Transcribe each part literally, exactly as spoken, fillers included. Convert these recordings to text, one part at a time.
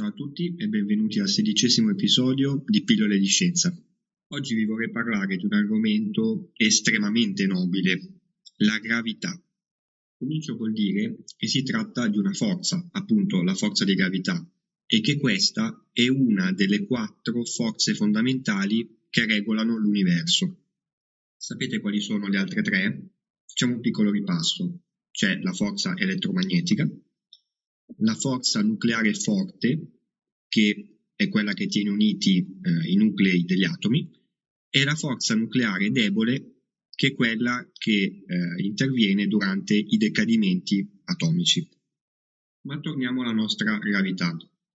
Ciao a tutti e benvenuti al sedicesimo episodio di Pillole di Scienza. Oggi vi vorrei parlare di un argomento estremamente nobile, la gravità. Comincio col dire che si tratta di una forza, appunto la forza di gravità, e che questa è una delle quattro forze fondamentali che regolano l'universo. Sapete quali sono le altre tre? Facciamo un piccolo ripasso. C'è la forza elettromagnetica, la forza nucleare forte, che è quella che tiene uniti eh, i nuclei degli atomi, e la forza nucleare debole, che è quella che eh, interviene durante i decadimenti atomici. Ma torniamo alla nostra gravità.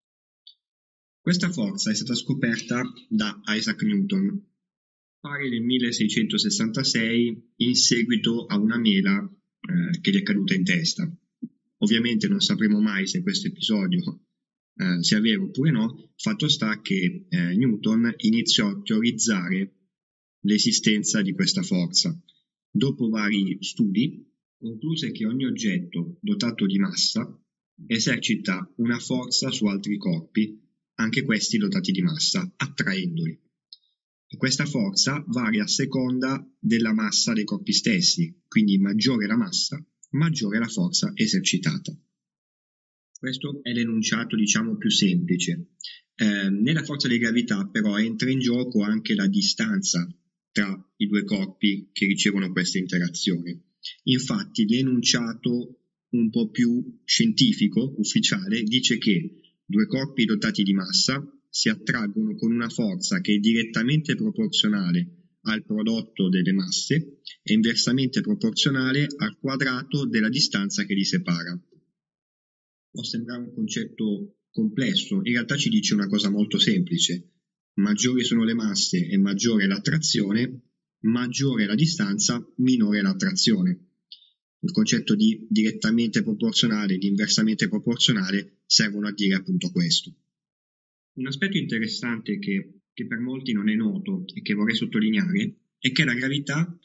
Questa forza è stata scoperta da Isaac Newton, pare nel milleseicentosessantasei, in seguito a una mela eh, che gli è caduta in testa. Ovviamente non sapremo mai se questo episodio eh, sia vero oppure no. Fatto sta che eh, Newton iniziò a teorizzare l'esistenza di questa forza. Dopo vari studi, concluse che ogni oggetto dotato di massa esercita una forza su altri corpi, anche questi dotati di massa, attraendoli. E questa forza varia a seconda della massa dei corpi stessi, quindi maggiore la massa, maggiore la forza esercitata. Questo è l'enunciato, diciamo, più semplice. Eh, nella forza di gravità però entra in gioco anche la distanza tra i due corpi che ricevono questa interazione. Infatti l'enunciato un po' più scientifico, ufficiale, dice che due corpi dotati di massa si attraggono con una forza che è direttamente proporzionale al prodotto delle masse e inversamente proporzionale al quadrato della distanza che li separa. Può sembrare un concetto complesso, in realtà ci dice una cosa molto semplice: maggiori sono le masse e maggiore l'attrazione, maggiore la distanza, minore l'attrazione. Il concetto di direttamente proporzionale e di inversamente proporzionale servono a dire appunto questo. Un aspetto interessante che, che per molti non è noto e che vorrei sottolineare è che la gravità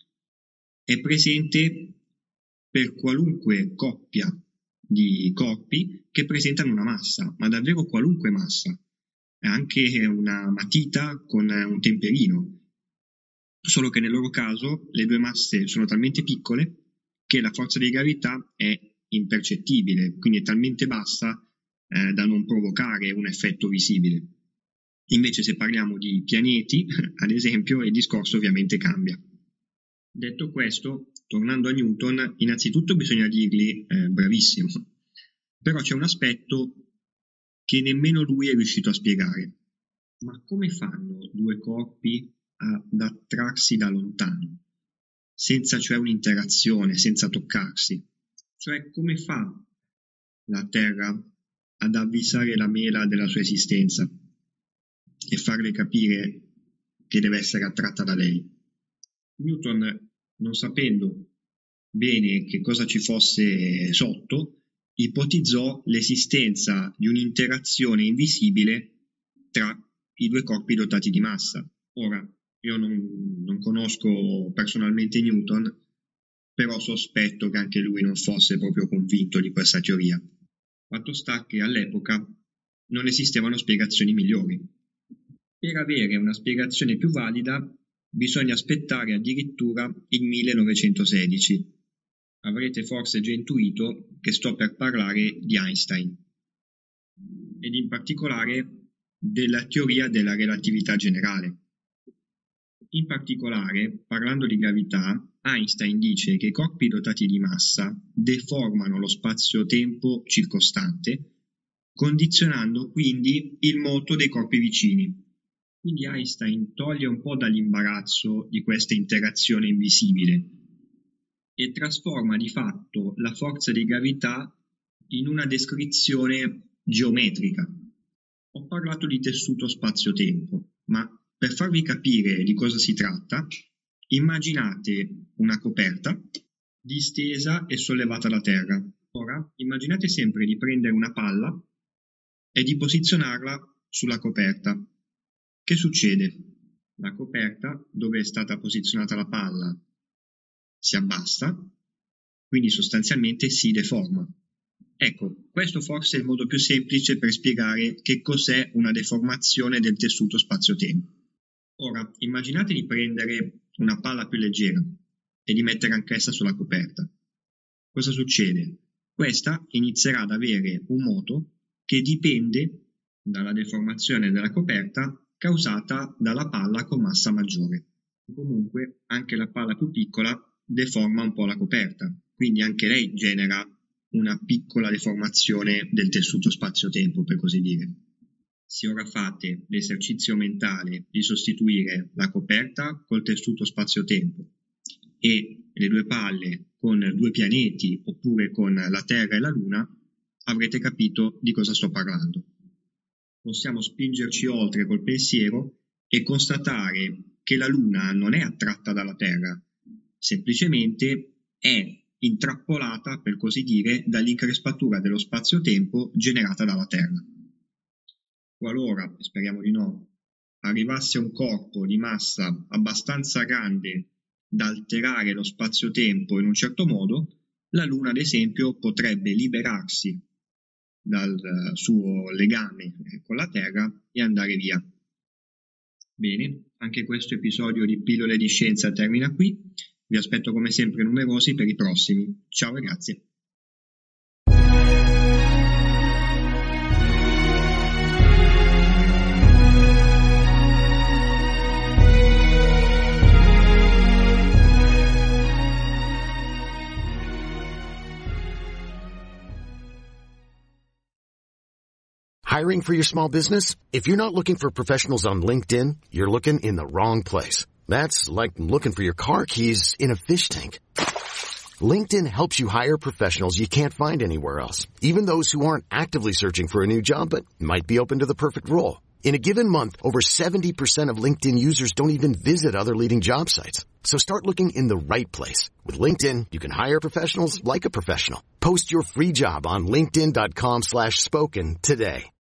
è presente per qualunque coppia di corpi che presentano una massa, ma davvero qualunque massa, anche una matita con un temperino, solo che nel loro caso le due masse sono talmente piccole che la forza di gravità è impercettibile, quindi è talmente bassa eh, da non provocare un effetto visibile. Invece se parliamo di pianeti, ad esempio, il discorso ovviamente cambia. Detto questo, tornando a Newton, innanzitutto bisogna dirgli eh, bravissimo, però c'è un aspetto che nemmeno lui è riuscito a spiegare. Ma come fanno due corpi ad attrarsi da lontano, senza cioè un'interazione, senza toccarsi? Cioè come fa la Terra ad avvisare la mela della sua esistenza e farle capire che deve essere attratta da lei? Newton, non sapendo bene che cosa ci fosse sotto, ipotizzò l'esistenza di un'interazione invisibile tra i due corpi dotati di massa. Ora, io non, non conosco personalmente Newton, però sospetto che anche lui non fosse proprio convinto di questa teoria. Fatto sta che all'epoca non esistevano spiegazioni migliori. Per avere una spiegazione più valida bisogna aspettare addirittura il millenovecentosedici. Avrete forse già intuito che sto per parlare di Einstein, ed in particolare della teoria della relatività generale. In particolare, parlando di gravità, Einstein dice che i corpi dotati di massa deformano lo spazio-tempo circostante, condizionando quindi il moto dei corpi vicini. Quindi Einstein toglie un po' dall'imbarazzo di questa interazione invisibile e trasforma di fatto la forza di gravità in una descrizione geometrica. Ho parlato di tessuto spazio-tempo, ma per farvi capire di cosa si tratta, immaginate una coperta distesa e sollevata da terra. Ora immaginate sempre di prendere una palla e di posizionarla sulla coperta. Che succede? La coperta, dove è stata posizionata la palla, si abbassa, quindi sostanzialmente si deforma. Ecco, questo forse è il modo più semplice per spiegare che cos'è una deformazione del tessuto spazio-tempo. Ora, immaginate di prendere una palla più leggera e di mettere anch'essa sulla coperta. Cosa succede? Questa inizierà ad avere un moto che dipende dalla deformazione della coperta causata dalla palla con massa maggiore. Comunque, anche la palla più piccola deforma un po' la coperta, quindi anche lei genera una piccola deformazione del tessuto spazio-tempo, per così dire. Se ora fate l'esercizio mentale di sostituire la coperta col tessuto spazio-tempo e le due palle con due pianeti oppure con la Terra e la Luna, avrete capito di cosa sto parlando. Possiamo spingerci oltre col pensiero e constatare che la Luna non è attratta dalla Terra, semplicemente è intrappolata, per così dire, dall'increspatura dello spazio-tempo generata dalla Terra. Qualora, speriamo di no, arrivasse un corpo di massa abbastanza grande da alterare lo spazio-tempo in un certo modo, la Luna, ad esempio, potrebbe liberarsi dal suo legame con la Terra e andare via. Bene, anche questo episodio di Pillole di Scienza termina qui. Vi aspetto come sempre numerosi per i prossimi. Ciao e grazie. Hiring for your small business? If you're not looking for professionals on LinkedIn, you're looking in the wrong place. That's like looking for your car keys in a fish tank. LinkedIn helps you hire professionals you can't find anywhere else, even those who aren't actively searching for a new job but might be open to the perfect role. In a given month, over seventy percent of LinkedIn users don't even visit other leading job sites. So start looking in the right place. With LinkedIn, you can hire professionals like a professional. Post your free job on linkedin dot com slash spoken today.